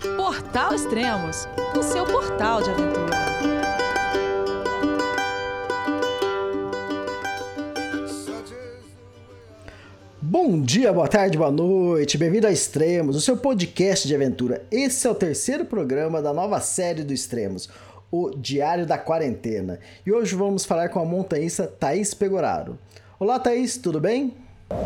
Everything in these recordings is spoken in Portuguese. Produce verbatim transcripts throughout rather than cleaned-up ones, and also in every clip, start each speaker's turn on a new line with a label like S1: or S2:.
S1: Portal Extremos, o seu portal de aventura.
S2: Bom dia, boa tarde, boa noite, bem-vindo a Extremos, o seu podcast de aventura. Esse é o terceiro programa da nova série do Extremos, o Diário da Quarentena. E hoje vamos falar com a montanhista Thaís Pegoraro. Olá, Thaís, tudo bem?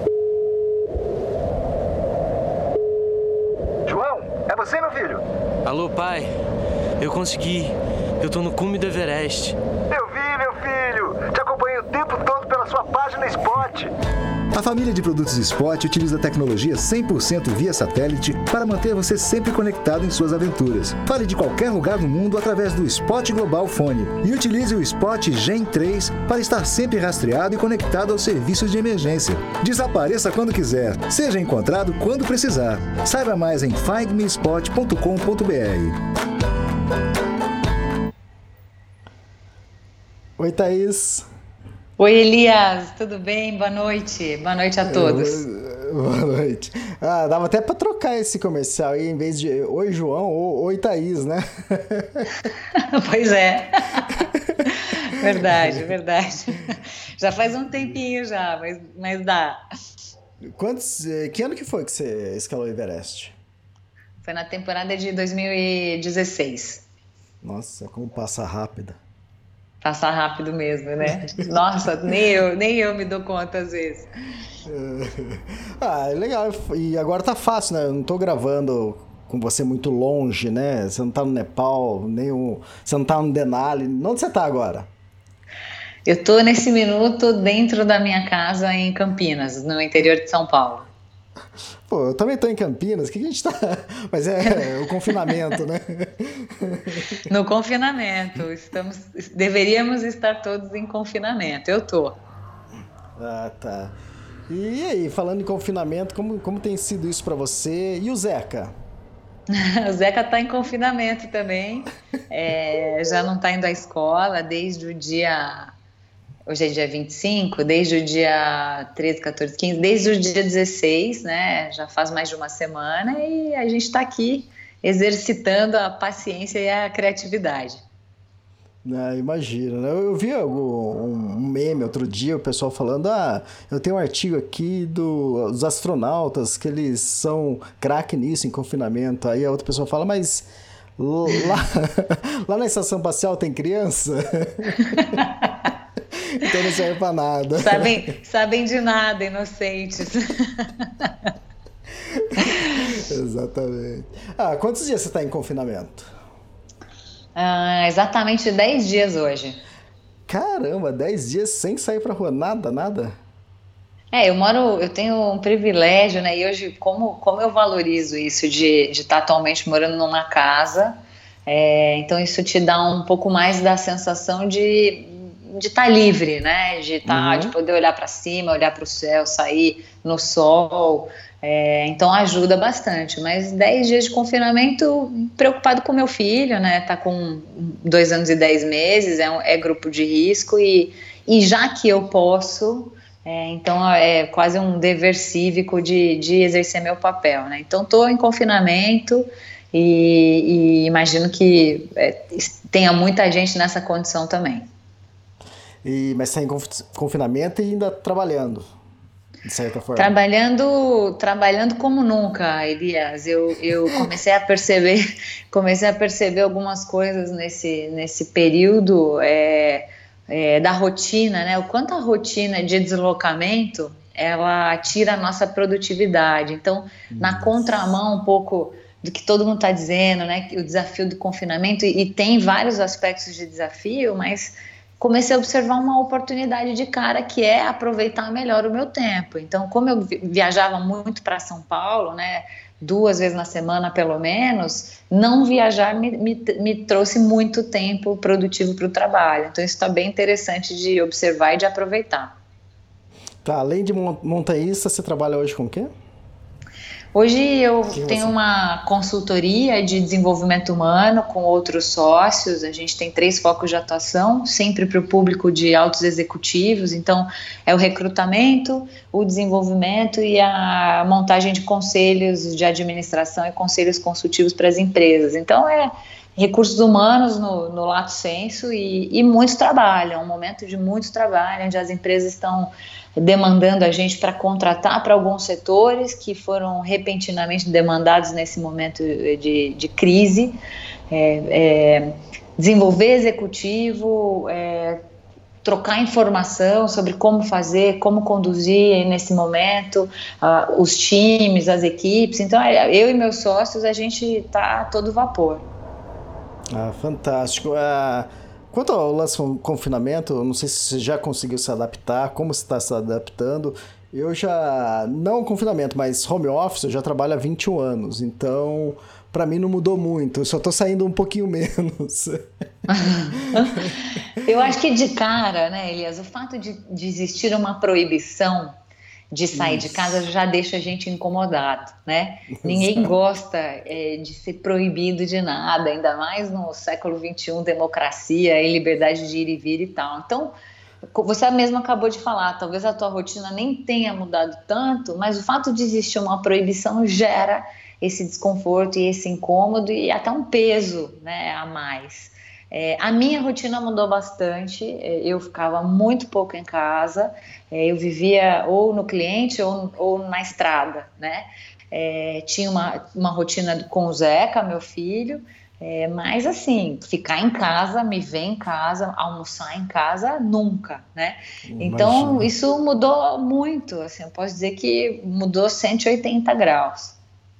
S3: João, é você, meu filho?
S4: Alô, pai. Eu consegui. Eu tô no cume do Everest.
S3: Eu vi, meu filho. Te acompanhei o tempo todo pela sua página Spot.
S5: A família de produtos Spot utiliza tecnologia cem por cento via satélite para manter você sempre conectado em suas aventuras. Fale de qualquer lugar do mundo através do Spot Global Fone e utilize o Spot Gen três para estar sempre rastreado e conectado aos serviços de emergência. Desapareça quando quiser, seja encontrado quando precisar. Saiba mais em find me spot ponto com ponto b r.
S2: Oi, Thaís.
S6: Oi, Elias, tudo bem? Boa noite. Boa noite a todos.
S2: Boa noite. Ah, dava até para trocar esse comercial aí, em vez de Oi, João, ou Oi, Thaís, né?
S6: Pois é. Verdade, verdade. Já faz um tempinho já, mas, mas dá.
S2: Quantos, que ano que foi que você escalou o Everest?
S6: Foi na temporada de dois mil e dezesseis.
S2: Nossa, como passa rápido.
S6: Passar rápido mesmo, né? Nossa, nem eu, nem eu me dou conta às vezes.
S2: Ah, legal. E agora tá fácil, né? Eu não tô gravando com você muito longe, né? Você não tá no Nepal, nem o... você não tá no Denali. Onde você tá agora?
S6: Eu tô nesse minuto dentro da minha casa em Campinas, no interior de São Paulo.
S2: Pô, eu também tô em Campinas, que a gente tá... Mas é, é o confinamento, né?
S6: No confinamento, estamos, deveríamos estar todos em confinamento, eu tô.
S2: Ah, tá. E aí, falando em confinamento, como, como tem sido isso pra você? E o Zeca?
S6: O Zeca tá em confinamento também, é, já não tá indo à escola desde o dia... Hoje é dia vinte e cinco, desde o dia treze, quatorze, quinze, desde o dia dezesseis, né? Já faz mais de uma semana e a gente está aqui exercitando a paciência e a criatividade.
S2: Ah, imagina, né? Eu vi algum, um meme outro dia, o pessoal falando, ah, eu tenho um artigo aqui do, dos astronautas, que eles são craque nisso, em confinamento. Aí a outra pessoa fala, mas lá, lá na estação espacial tem criança? Então não serve pra nada.
S6: Sabem, sabem de nada, inocentes.
S2: Exatamente. Ah, quantos dias você está em confinamento?
S6: Ah, exatamente dez dias hoje.
S2: Caramba, dez dias sem sair pra rua, nada, nada?
S6: É, eu moro, eu tenho um privilégio, né? E hoje, como, como eu valorizo isso de de estar atualmente morando numa casa, é, então isso te dá um pouco mais da sensação de de estar livre, né? De estar, uhum. de poder olhar para cima, olhar para o céu, sair no sol. É, então ajuda bastante. Mas dez dias de confinamento, preocupado com meu filho, né? Tá com dois anos e dez meses, é, um, é grupo de risco e, e já que eu posso, é, então é quase um dever cívico de, de exercer meu papel, né? Então estou em confinamento e, e imagino que é, tenha muita gente nessa condição também.
S2: E, mas você está em confinamento e ainda trabalhando, de certa forma.
S6: Trabalhando, trabalhando como nunca, Elias. Eu, eu comecei a perceber, comecei a perceber algumas coisas nesse, nesse período é, é, da rotina, né? O quanto a rotina de deslocamento, ela tira a nossa produtividade. Então, na contramão um pouco do que todo mundo está dizendo, né? O desafio do confinamento, e, e tem vários aspectos de desafio, mas... comecei a observar uma oportunidade de cara que é aproveitar melhor o meu tempo. Então, como eu viajava muito para São Paulo, né, duas vezes na semana pelo menos, não viajar me, me, me trouxe muito tempo produtivo para o trabalho. Então, isso está bem interessante de observar e de aproveitar.
S2: Tá, além de montanhista, você trabalha hoje com o quê?
S6: Hoje eu tenho uma consultoria de desenvolvimento humano com outros sócios, a gente tem três focos de atuação, sempre para o público de altos executivos, então é o recrutamento, o desenvolvimento e a montagem de conselhos de administração e conselhos consultivos para as empresas. Então é recursos humanos no, no lato sensu e, e muito trabalho, é um momento de muito trabalho, onde as empresas estão demandando a gente para contratar para alguns setores que foram repentinamente demandados nesse momento de, de crise, é, é, desenvolver executivo, é, trocar informação sobre como fazer, como conduzir nesse momento, uh, os times, as equipes. Então, eu e meus sócios, a gente está a todo vapor.
S2: Ah, fantástico. Ah, quanto ao lance do confinamento, eu não sei se você já conseguiu se adaptar, como você está se adaptando. Eu já, não confinamento, mas home office, eu já trabalho há vinte e um anos, então para mim não mudou muito, eu só estou saindo um pouquinho menos.
S6: Eu acho que de cara, né, Elias, o fato de, de existir uma proibição de sair Isso. de casa já deixa a gente incomodado, né? Exato. Ninguém gosta é, de ser proibido de nada, ainda mais no século vinte e um, democracia e liberdade de ir e vir e tal. Então, você mesmo acabou de falar, talvez a tua rotina nem tenha mudado tanto, mas o fato de existir uma proibição gera esse desconforto e esse incômodo e até um peso, né, a mais. É, a minha rotina mudou bastante, eu ficava muito pouco em casa, eu vivia ou no cliente ou, ou na estrada, né? É, tinha uma, uma rotina com o Zeca, meu filho, é, mas assim, ficar em casa, me ver em casa, almoçar em casa, nunca, né? Imagina. Então isso mudou muito, assim, eu posso dizer que mudou cento e oitenta graus.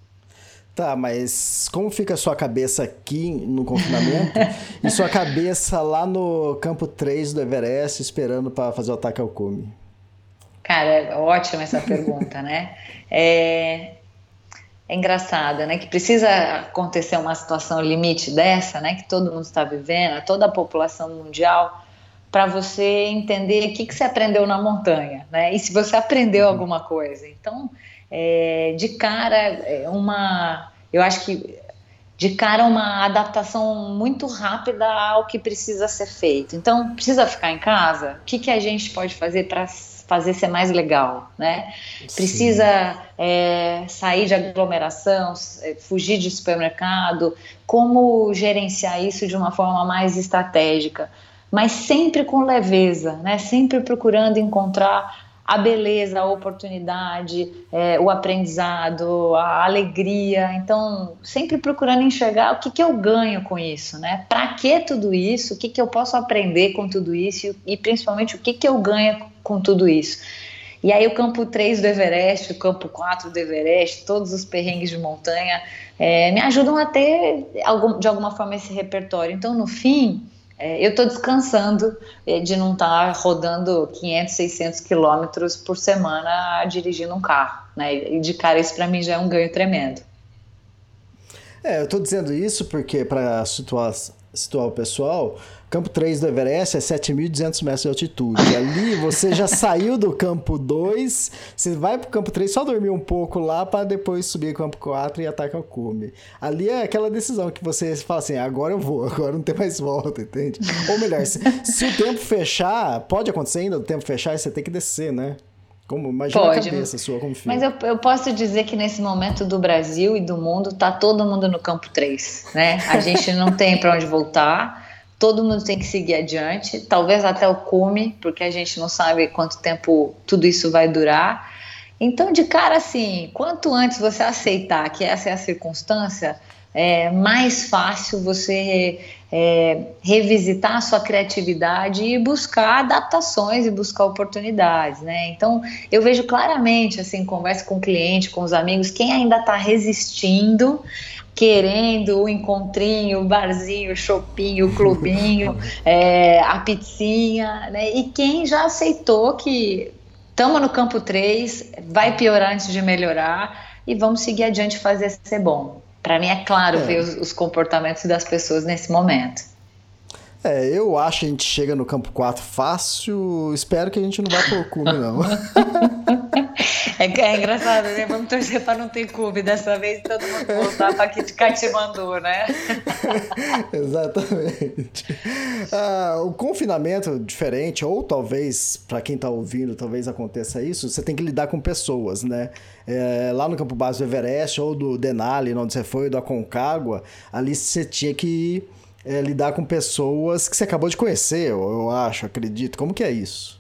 S2: Tá, mas como fica a sua cabeça aqui no confinamento e sua cabeça lá no campo três do Everest esperando para fazer o ataque ao cume?
S6: Cara, é ótima essa pergunta, né? É, é engraçado, né? Que precisa acontecer uma situação limite dessa, né? Que todo mundo está vivendo, toda a população mundial, para você entender o que, que você aprendeu na montanha, né? E se você aprendeu alguma coisa. Então, É, de cara, uma, eu acho que de cara uma adaptação muito rápida ao que precisa ser feito. Então, precisa ficar em casa? O que, que a gente pode fazer para fazer ser mais legal, né? Precisa é, sair de aglomeração, fugir de supermercado, como gerenciar isso de uma forma mais estratégica, mas sempre com leveza, né? Sempre procurando encontrar a beleza, a oportunidade, é, o aprendizado, a alegria. Então, sempre procurando enxergar o que, que eu ganho com isso, né? Para que tudo isso? O que, que eu posso aprender com tudo isso? E, e principalmente, o que, que eu ganho com tudo isso? E aí o campo três do Everest, o campo quatro do Everest, todos os perrengues de montanha, é, me ajudam a ter, algum, de alguma forma, esse repertório. Então, no fim, É, eu estou descansando é, de não estar tá rodando quinhentos, seiscentos quilômetros por semana dirigindo um carro, né? E de cara isso para mim já é um ganho tremendo.
S2: É, eu estou dizendo isso porque, para situar, situar o pessoal, campo três do Everest é sete mil e duzentos metros de altitude. Ali você já saiu do campo dois, você vai para o campo três, só dormir um pouco lá para depois subir o campo quatro e atacar o cume. Ali é aquela decisão que você fala assim, agora eu vou, agora não tem mais volta, entende? Ou melhor, se, se o tempo fechar, pode acontecer ainda o tempo fechar e você tem que descer, né? Como, imagina Pode, a cabeça sua como fica.
S6: Mas eu, eu posso dizer que nesse momento do Brasil e do mundo tá todo mundo no campo três, né? A gente não tem para onde voltar, todo mundo tem que seguir adiante, talvez até o cume, porque a gente não sabe quanto tempo tudo isso vai durar. Então, de cara assim, quanto antes você aceitar que essa é a circunstância, é mais fácil você é, revisitar a sua criatividade e buscar adaptações e buscar oportunidades, né? Então, eu vejo claramente, assim, conversa com o cliente, com os amigos, quem ainda está resistindo, querendo o encontrinho, o barzinho, o shoppinho, o clubinho, é, a pizzinha, né? E quem já aceitou que estamos no campo três, vai piorar antes de melhorar e vamos seguir adiante e fazer ser bom. Para mim é claro é. ver os, os comportamentos das pessoas nesse momento.
S2: É, eu acho que a gente chega no campo quatro fácil, espero que a gente não vá pro cume, não.
S6: É que é engraçado, né? Vamos torcer para não ter clube dessa vez, todo mundo voltar para Katmandu, né?
S2: Exatamente. Ah, o confinamento diferente, ou talvez, para quem está ouvindo, talvez aconteça isso, você tem que lidar com pessoas, né? É, lá no campo base do Everest, ou do Denali, onde você foi, do Aconcagua, ali você tinha que é, lidar com pessoas que você acabou de conhecer, eu acho, acredito. Como que é isso?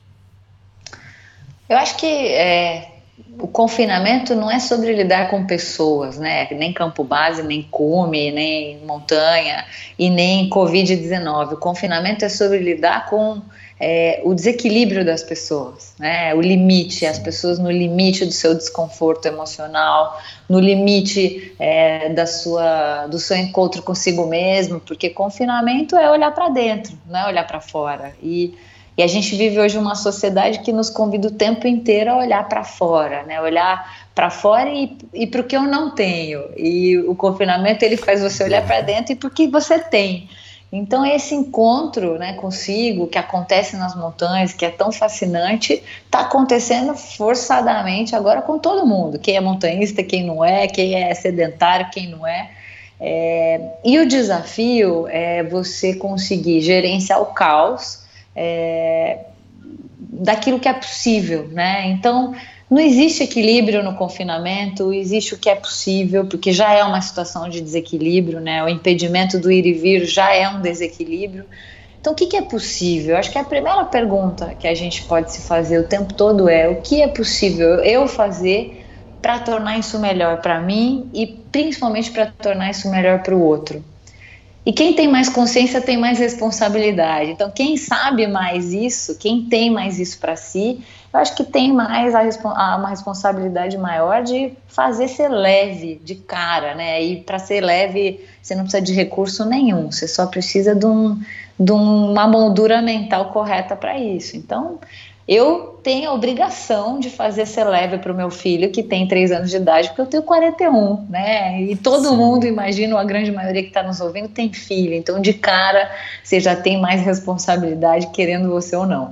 S6: Eu acho que é, o confinamento não é sobre lidar com pessoas, né? Nem campo base, nem cume, nem montanha e nem covid dezenove. O confinamento é sobre lidar com é, o desequilíbrio das pessoas, né? O limite, as pessoas no limite do seu desconforto emocional, no limite é, da sua, do seu encontro consigo mesmo, porque confinamento é olhar para dentro, não é olhar para fora. E E a gente vive hoje uma sociedade que nos convida o tempo inteiro a olhar para fora, né? Olhar para fora e, e para o que eu não tenho. E o confinamento ele faz você olhar para dentro e para o que você tem. Então esse encontro, né, consigo, que acontece nas montanhas, que é tão fascinante, está acontecendo forçadamente agora com todo mundo. Quem é montanhista, quem não é, quem é sedentário, quem não é. É... E o desafio é você conseguir gerenciar o caos, É, daquilo que é possível, né? Então não existe equilíbrio no confinamento, existe o que é possível, porque já é uma situação de desequilíbrio, né? O impedimento do ir e vir já é um desequilíbrio. Então o que, que é possível? Eu acho que a primeira pergunta que a gente pode se fazer o tempo todo é: o que é possível eu fazer para tornar isso melhor para mim e principalmente para tornar isso melhor para o outro? E quem tem mais consciência tem mais responsabilidade. Então, quem sabe mais isso, quem tem mais isso para si, eu acho que tem mais a, uma responsabilidade maior de fazer ser leve de cara, né? E para ser leve, você não precisa de recurso nenhum, você só precisa de, um, de uma moldura mental correta para isso. Então, eu tenho a obrigação de fazer ser leve para o meu filho, que tem três anos de idade, porque eu tenho quarenta e um, né? E todo Sim. mundo, imagino, a grande maioria que está nos ouvindo, tem filho. Então, de cara, você já tem mais responsabilidade, querendo você ou não.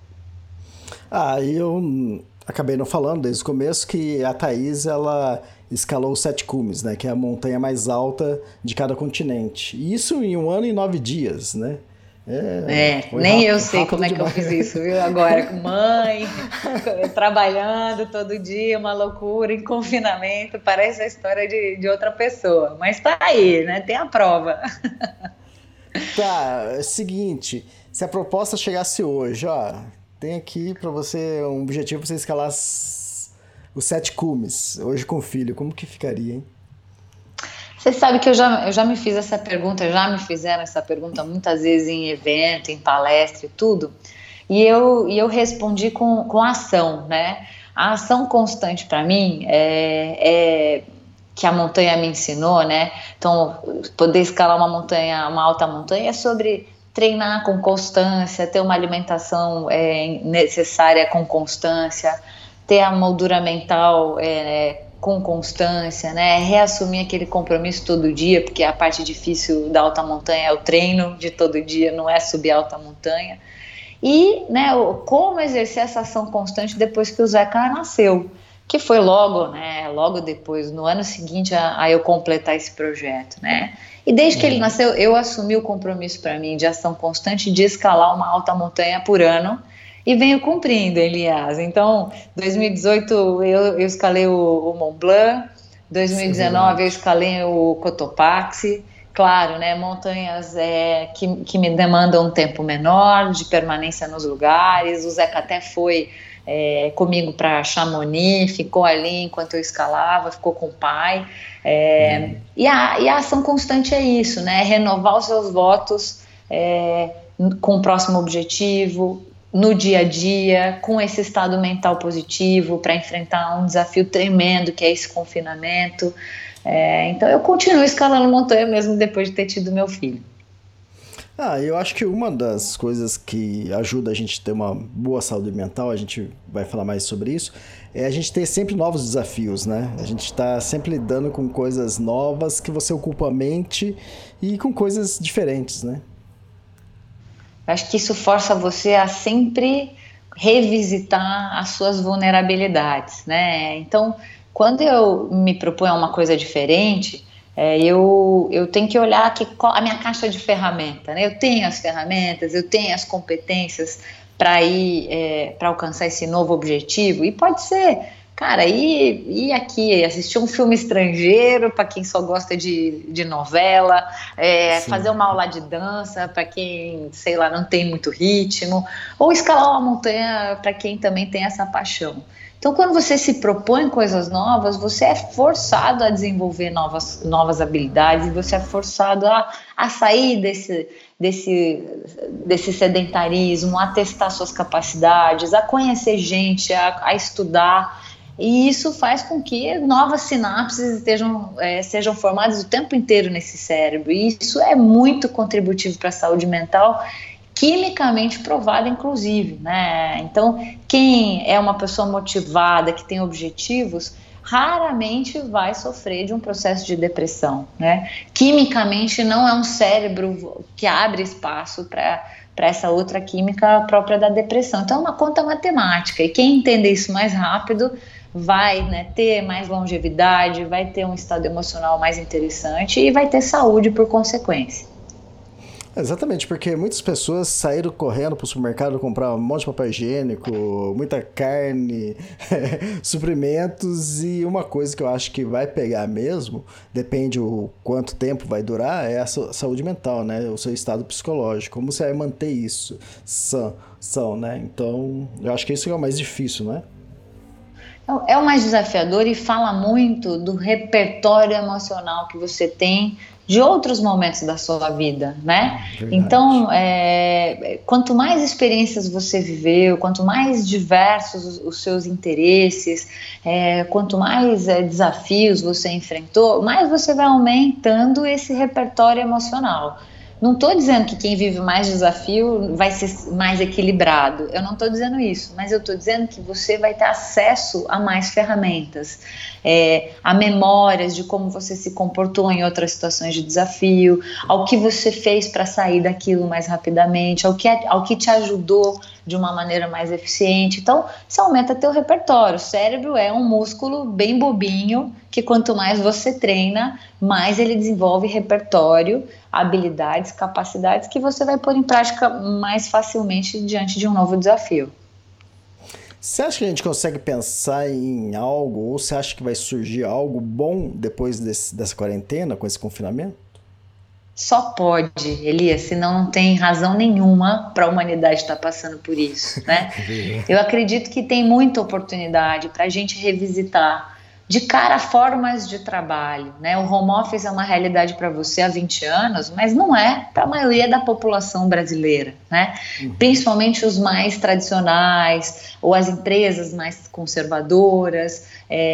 S2: Ah, eu acabei não falando desde o começo que a Thaís, ela escalou os Sete Cumes, né? Que é a montanha mais alta de cada continente. E isso em um ano e nove dias, né?
S6: É, é nem rápido, eu sei como é que demais. Eu fiz isso, viu? Agora, com mãe, trabalhando todo dia, uma loucura, em confinamento, parece a história de, de outra pessoa, mas tá aí, né? Tem a prova.
S2: Tá, é o seguinte, se a proposta chegasse hoje, ó, tem aqui pra você um objetivo pra você escalar as, os Sete Cumes, hoje com o filho, como que ficaria, hein?
S6: Você sabe que eu já, eu já me fiz essa pergunta, já me fizeram essa pergunta muitas vezes em evento, em palestra e tudo, e eu, e eu respondi com, com ação, né? A ação constante para mim é, é que a montanha me ensinou, né? Então, poder escalar uma montanha, uma alta montanha, é sobre treinar com constância, ter uma alimentação é, necessária com constância, ter a moldura mental é, com constância, né? Reassumir aquele compromisso todo dia, porque a parte difícil da alta montanha é o treino de todo dia, não é subir a alta montanha. E, né, como exercer essa ação constante depois que o Zeca nasceu, que foi logo, né, logo depois, no ano seguinte a, a eu completar esse projeto, né? E desde que ele nasceu, eu assumi o compromisso para mim de ação constante de escalar uma alta montanha por ano, e venho cumprindo, Elias. Então, dois mil e dezoito eu, eu escalei o, o Mont Blanc, dois mil e dezenove eu escalei o Cotopaxi, claro, né, montanhas é, que, que me demandam um tempo menor de permanência nos lugares. O Zeca até foi é, comigo para Chamonix, ficou ali enquanto eu escalava, ficou com o pai. É, hum. e, a, e a ação constante é isso, né, renovar os seus votos é, com o próximo objetivo, no dia a dia, com esse estado mental positivo para enfrentar um desafio tremendo que é esse confinamento. É, então eu continuo escalando montanha mesmo depois de ter tido meu filho.
S2: Ah, eu acho que uma das coisas que ajuda a gente a ter uma boa saúde mental, a gente vai falar mais sobre isso, é a gente ter sempre novos desafios, né? A gente está sempre lidando com coisas novas que você ocupa a mente e com coisas diferentes, né?
S6: Acho que isso força você a sempre revisitar as suas vulnerabilidades, né? Então, quando eu me proponho a uma coisa diferente, é, eu, eu tenho que olhar que, a minha caixa de ferramenta, né? Eu tenho as ferramentas, eu tenho as competências para ir, é, para alcançar esse novo objetivo, e pode ser, cara, ir, ir aqui, assistir um filme estrangeiro para quem só gosta de, de novela, é, fazer uma aula de dança para quem, sei lá, não tem muito ritmo, ou escalar uma montanha para quem também tem essa paixão. Então, quando você se propõe coisas novas, você é forçado a desenvolver novas, novas habilidades, você é forçado a, a sair desse, desse, desse sedentarismo, a testar suas capacidades, a conhecer gente, a, a estudar. E isso faz com que novas sinapses estejam, é, sejam formadas o tempo inteiro nesse cérebro. E isso é muito contributivo para a saúde mental, quimicamente provado, inclusive, né? Então, quem é uma pessoa motivada, que tem objetivos, raramente vai sofrer de um processo de depressão, né? Quimicamente, não é um cérebro que abre espaço para para essa outra química própria da depressão. Então, é uma conta matemática, e quem entender isso mais rápido vai, né, ter mais longevidade, vai ter um estado emocional mais interessante e vai ter saúde por consequência.
S2: Exatamente, porque muitas pessoas saíram correndo para o supermercado comprar um monte de papel higiênico, muita carne, suprimentos, e uma coisa que eu acho que vai pegar mesmo, depende o quanto tempo vai durar, é a saúde mental, né? O seu estado psicológico, como você vai manter isso são, são, né? Então, eu acho que isso é o mais difícil, né?
S6: É o mais desafiador e fala muito do repertório emocional que você tem de outros momentos da sua vida, né? Verdade. Então, é, quanto mais experiências você viveu, quanto mais diversos os, os seus interesses, é, quanto mais é, desafios você enfrentou, mais você vai aumentando esse repertório emocional. Não estou dizendo que quem vive mais desafio vai ser mais equilibrado, eu não estou dizendo isso, mas eu estou dizendo que você vai ter acesso a mais ferramentas, é, a memórias de como você se comportou em outras situações de desafio, ao que você fez para sair daquilo mais rapidamente, ao que, ao que te ajudou de uma maneira mais eficiente. Então, você aumenta teu repertório. O cérebro é um músculo bem bobinho, que quanto mais você treina, mais ele desenvolve repertório, habilidades, capacidades que você vai pôr em prática mais facilmente diante de um novo desafio.
S2: Você acha que a gente consegue pensar em algo, ou você acha que vai surgir algo bom depois desse, dessa quarentena, com esse confinamento?
S6: Só pode, Elias, senão não tem razão nenhuma para a humanidade estar passando por isso, né? Eu acredito que tem muita oportunidade para a gente revisitar de cara formas de trabalho, né? O home office é uma realidade para você há vinte anos, mas não é para a maioria da população brasileira, né? Uhum. Principalmente os mais tradicionais ou as empresas mais conservadoras,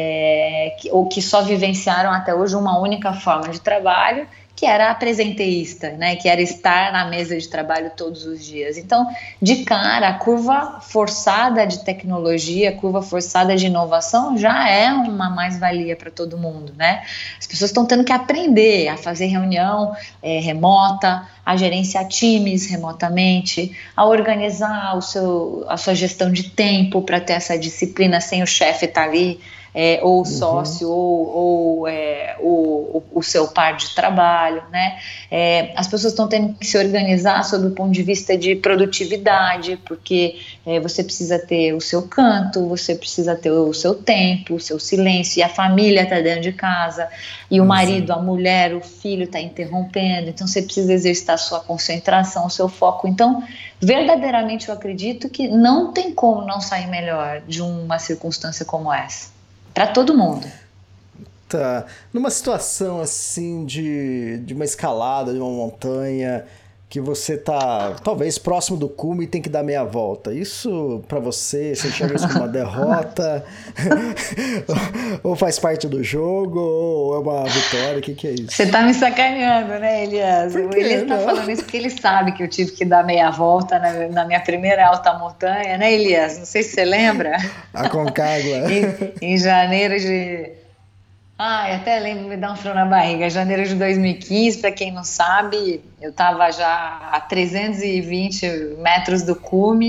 S6: é, que, ou que só vivenciaram até hoje uma única forma de trabalho, que era a presenteísta, né, que era estar na mesa de trabalho todos os dias. Então, de cara, a curva forçada de tecnologia, a curva forçada de inovação já é uma mais-valia para todo mundo, né? As pessoas estão tendo que aprender a fazer reunião é, remota, a gerenciar times remotamente, a organizar o seu, a sua gestão de tempo para ter essa disciplina sem o chefe estar ali, É, ou o sócio, uhum. ou, ou é, o, o seu par de trabalho, né? É, as pessoas estão tendo que se organizar sob o ponto de vista de produtividade, porque é, você precisa ter o seu canto, você precisa ter o seu tempo, o seu silêncio, e a família está dentro de casa, e o marido, a mulher, o filho está interrompendo, então você precisa exercitar a sua concentração, o seu foco. Então, verdadeiramente eu acredito que não tem como não sair melhor de uma circunstância como essa. Para todo mundo.
S2: Tá. Numa situação assim de, de uma escalada, de uma montanha, que você tá talvez próximo do cume e tem que dar meia volta. Isso para você, você enxerga isso como uma derrota? Ou faz parte do jogo? Ou é uma vitória? O que, que é isso?
S6: Você tá me sacaneando, né, Elias? O Elias tá falando isso porque ele sabe que eu tive que dar meia volta na, na minha primeira alta montanha, né, Elias? Não sei se você lembra.
S2: A Concagua.
S6: em, em janeiro de... Ai, até lembro, me dá um frio na barriga. Janeiro de dois mil e quinze, para quem não sabe, eu estava já a trezentos e vinte metros do cume,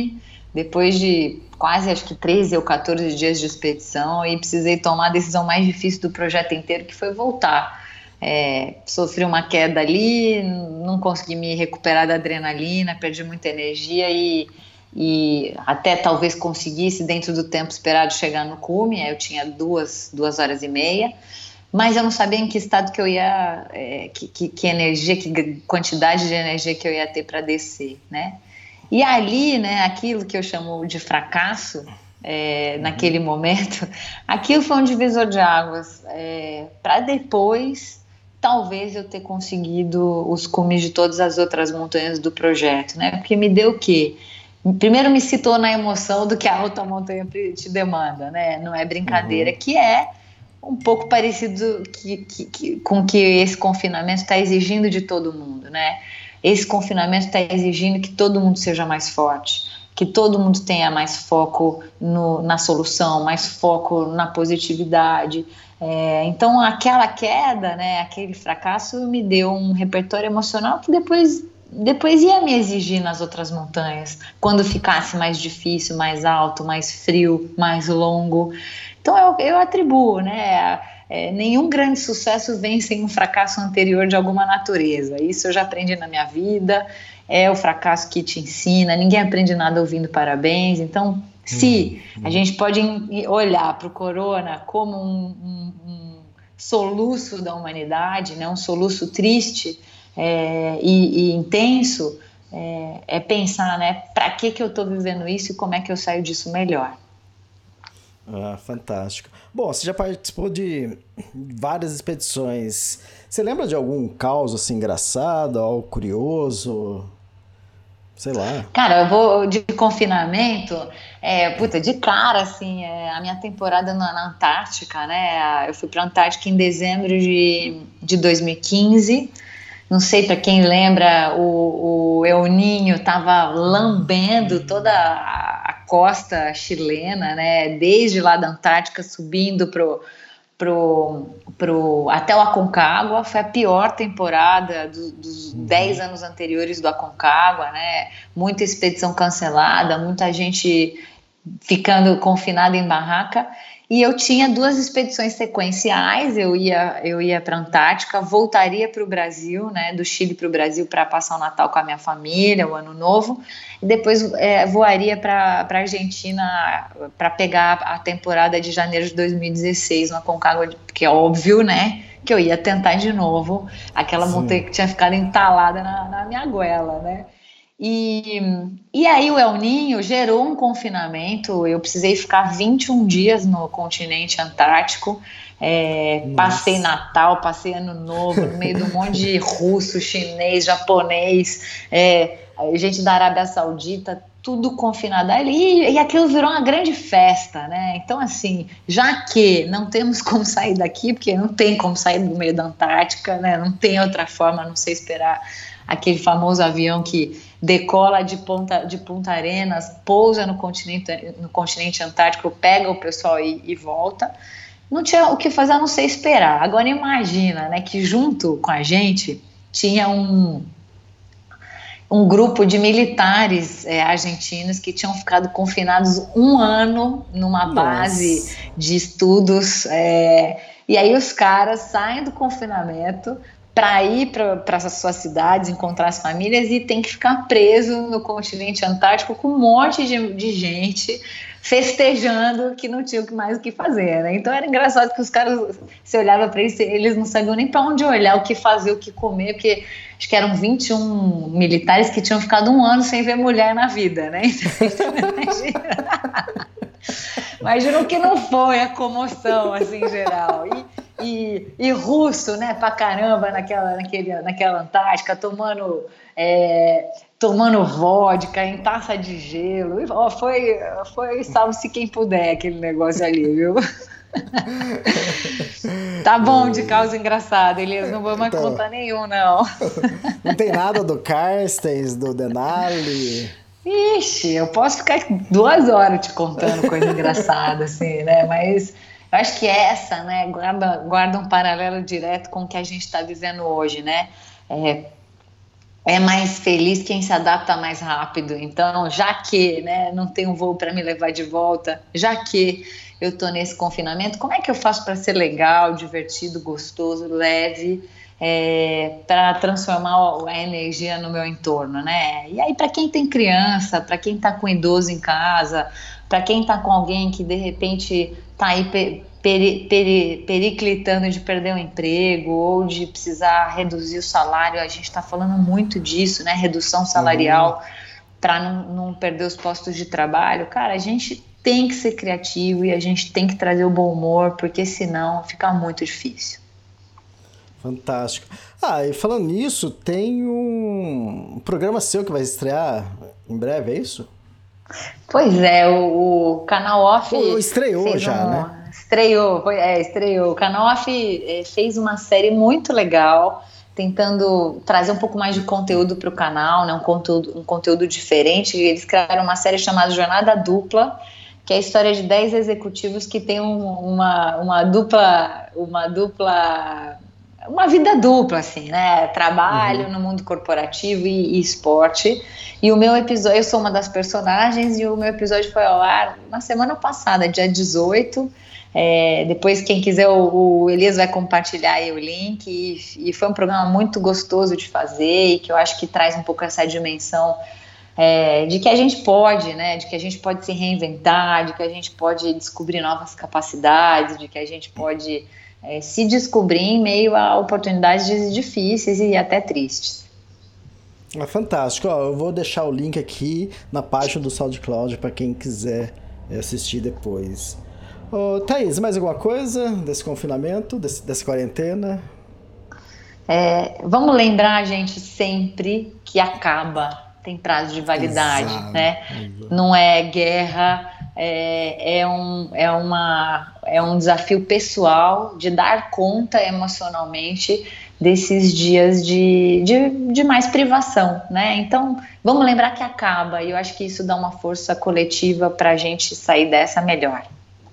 S6: depois de quase, acho que treze ou quatorze dias de expedição, e precisei tomar a decisão mais difícil do projeto inteiro, que foi voltar. É, sofri uma queda ali, não consegui me recuperar da adrenalina, perdi muita energia e, e até talvez conseguisse, dentro do tempo esperado, chegar no cume. Eu tinha duas, duas horas e meia, mas eu não sabia em que estado que eu ia, é, que, que, que energia, que quantidade de energia que eu ia ter para descer, né? E ali, né, aquilo que eu chamo de fracasso, é, uhum. naquele momento, aquilo foi um divisor de águas, é, para depois, talvez eu ter conseguido os cumes de todas as outras montanhas do projeto, né? Porque me deu o quê? Primeiro me citou na emoção do que a alta montanha te demanda, né? Não é brincadeira, uhum. que é um pouco parecido que, que, que, com o que esse confinamento está exigindo de todo mundo, né? Esse confinamento está exigindo que todo mundo seja mais forte, que todo mundo tenha mais foco no, na solução, mais foco na positividade. É, então, aquela queda, né, aquele fracasso me deu um repertório emocional que depois, depois ia me exigir nas outras montanhas, quando ficasse mais difícil, mais alto, mais frio, mais longo. Então, eu, eu atribuo, né? É, nenhum grande sucesso vem sem um fracasso anterior de alguma natureza. Isso eu já aprendi na minha vida, é o fracasso que te ensina, ninguém aprende nada ouvindo parabéns. Então, se hum, hum. a gente pode olhar para o corona como um, um, um soluço da humanidade, né, um soluço triste é, e, e intenso, é, é pensar, né, para que, que eu estou vivendo isso e como é que eu saio disso melhor.
S2: Ah, fantástico. Bom, você já participou de várias expedições. Você lembra de algum caos assim engraçado, algo curioso? Sei lá.
S6: Cara, eu vou de confinamento, é, puta, de cara, assim, é, a minha temporada na, na Antártica, né? Eu fui pra Antártica em dezembro de, de dois mil e quinze. Não sei, para quem lembra, o, o El Niño estava lambendo toda a, a costa chilena, né? Desde lá da Antártica, subindo pro, pro, pro, até o Aconcagua. Foi a pior temporada do, dos dez anos anteriores do Aconcagua, né? Muita expedição cancelada, muita gente ficando confinada em barraca. E eu tinha duas expedições sequenciais, eu ia, eu ia para a Antártica, voltaria para o Brasil, né, do Chile para o Brasil para passar o Natal com a minha família, o Ano Novo, e depois é, voaria para a Argentina para pegar a temporada de janeiro de dois mil e dezesseis no Aconcagua, porque é óbvio, né, que eu ia tentar de novo aquela Sim. montanha que tinha ficado entalada na, na minha goela, né. E, e aí o El Niño gerou um confinamento, eu precisei ficar vinte e um dias no continente antártico, é, passei Natal, passei Ano Novo, no meio de um monte de russo, chinês, japonês, é, gente da Arábia Saudita, tudo confinado ali, e aquilo virou uma grande festa, né? Então, assim, já que não temos como sair daqui, porque não tem como sair do meio da Antártica, né? Não tem outra forma a não ser esperar aquele famoso avião que decola de Ponta, de Punta Arenas, pousa no continente, no continente antártico, pega o pessoal e, e volta. Não tinha o que fazer a não ser esperar. Agora imagina, né, que junto com a gente tinha um, um grupo de militares é, argentinos que tinham ficado confinados um ano numa Nossa. base de estudos. É, e aí os caras saem do confinamento para ir para as suas cidades, encontrar as famílias, e tem que ficar preso no continente antártico com um monte de, de gente festejando que não tinha mais o que fazer, né? Então era engraçado que os caras, você olhava para eles, eles não sabiam nem para onde olhar, o que fazer, o que comer, porque acho que eram vinte e um militares que tinham ficado um ano sem ver mulher na vida, né? Então, imagina. Imagina o que não foi a comoção, assim, em geral. E, e, e russo, né, pra caramba, naquela, naquele, naquela Antártica, tomando, é, tomando vodka em taça de gelo. E, ó, foi, foi salve-se quem puder aquele negócio ali, viu? Tá bom de causa engraçada, Elias, não vou mais então, contar nenhum, não.
S2: Não tem nada do Carstens, do Denali...
S6: Ixi, eu posso ficar duas horas te contando coisa engraçada, assim, né? Mas eu acho que essa, né, guarda, guarda um paralelo direto com o que a gente está vivendo hoje, né? É, é mais feliz quem se adapta mais rápido. Então, já que, né, não tem um voo para me levar de volta, já que eu estou nesse confinamento, como é que eu faço para ser legal, divertido, gostoso, leve, é, para transformar a energia no meu entorno, né? E aí, para quem tem criança, para quem está com idoso em casa, para quem está com alguém que de repente está aí pe- peri- peri- periclitando de perder o emprego ou de precisar reduzir o salário, a gente está falando muito disso, né? Redução salarial uhum. para não, não perder os postos de trabalho. Cara, a gente tem que ser criativo e a gente tem que trazer o bom humor, porque senão fica muito difícil.
S2: Fantástico. Ah, e falando nisso, tem um programa seu que vai estrear em breve, é isso?
S6: Pois é, o, o Canal Off...
S2: Pô, estreou já,
S6: um,
S2: né?
S6: Estreou, foi, é, estreou. O Canal Off é, fez uma série muito legal, tentando trazer um pouco mais de conteúdo para o canal, né? um, conteúdo, um conteúdo diferente. Eles criaram uma série chamada Jornada Dupla, que é a história de dez executivos que têm um, uma, uma dupla... Uma dupla uma vida dupla, assim, né? Trabalho uhum. no mundo corporativo e, e esporte. E o meu episódio, eu sou uma das personagens, e o meu episódio foi ao ar na semana passada, dia dezoito. É, depois, quem quiser, o, o Elias vai compartilhar aí o link. E, e foi um programa muito gostoso de fazer, e que eu acho que traz um pouco essa dimensão é, de que a gente pode, né? De que a gente pode se reinventar, de que a gente pode descobrir novas capacidades, de que a gente pode... É, se descobrir em meio a oportunidades difíceis e até tristes.
S2: É fantástico. Ó, eu vou deixar o link aqui na página do SoundCloud para quem quiser assistir depois. Ô, Thaís, mais alguma coisa desse confinamento, desse, dessa quarentena?
S6: É, vamos lembrar, gente, sempre que acaba, tem prazo de validade, exato, né? Exato. Não é guerra, é, é, um, é, uma, é um desafio pessoal de dar conta emocionalmente desses dias de, de, de mais privação, né? Então, vamos lembrar que acaba, e eu acho que isso dá uma força coletiva para a gente sair dessa melhor.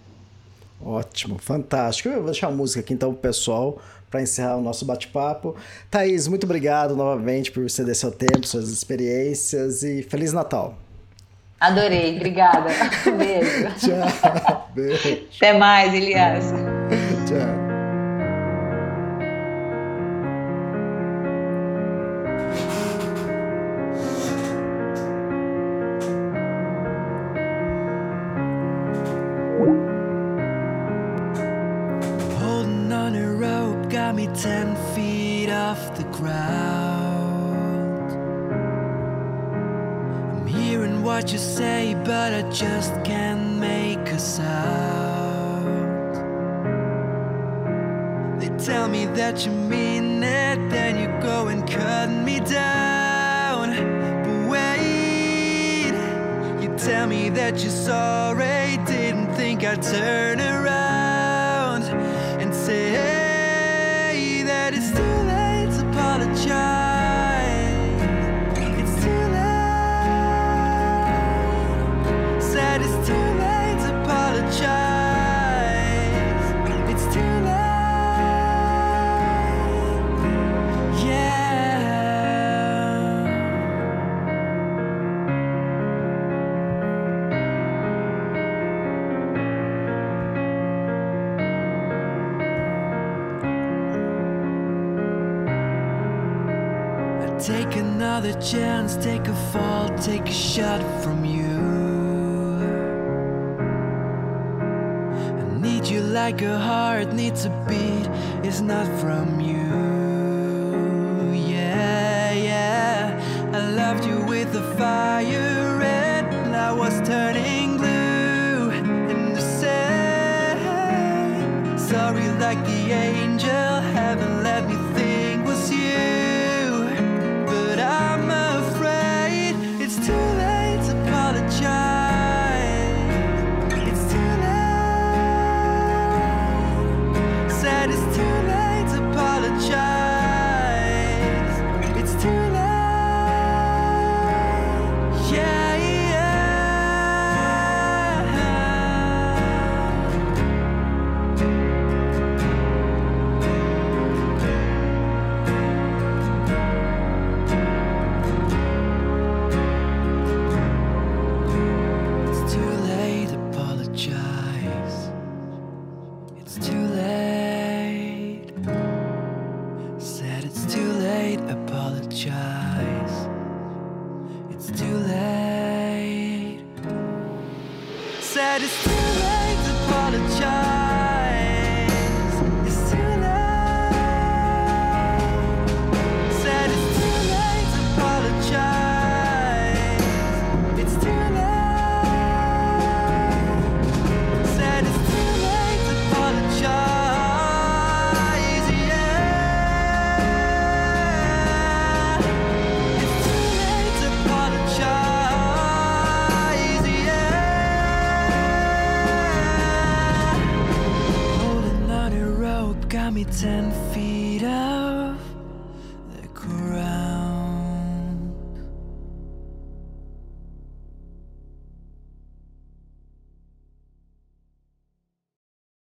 S2: Ótimo, fantástico. Eu vou deixar a música aqui então pro pessoal para encerrar o nosso bate-papo. Thaís, muito obrigado novamente por ceder seu tempo, suas experiências, e Feliz Natal.
S6: Adorei, obrigada. Beijo.
S2: Tchau. Beijo.
S6: Até mais, Elias.
S2: Tchau.
S7: Ten feet off the ground. I'm hearing what you say, but I just can't make a sound. They tell me that you mean it, then you go and cut me down. But wait, you tell me that you're sorry, didn't think I'd turn around and say, hey, it's too late to apologize. It's too late. Said it's too late to apologize. It's too late. Yeah. Take another chance, take a fall, take a shot from you. I need you like a heart needs a beat, it's not from you. Yeah, yeah, I loved you with the fire red, and I was turning blue in the sand. Sorry like the angel, heaven let me think was you. I'm afraid it's too late to apologize. It's too late. Said it's too late to apologize. It's too late. Yeah, yeah. apologize. It's too late. Said it's too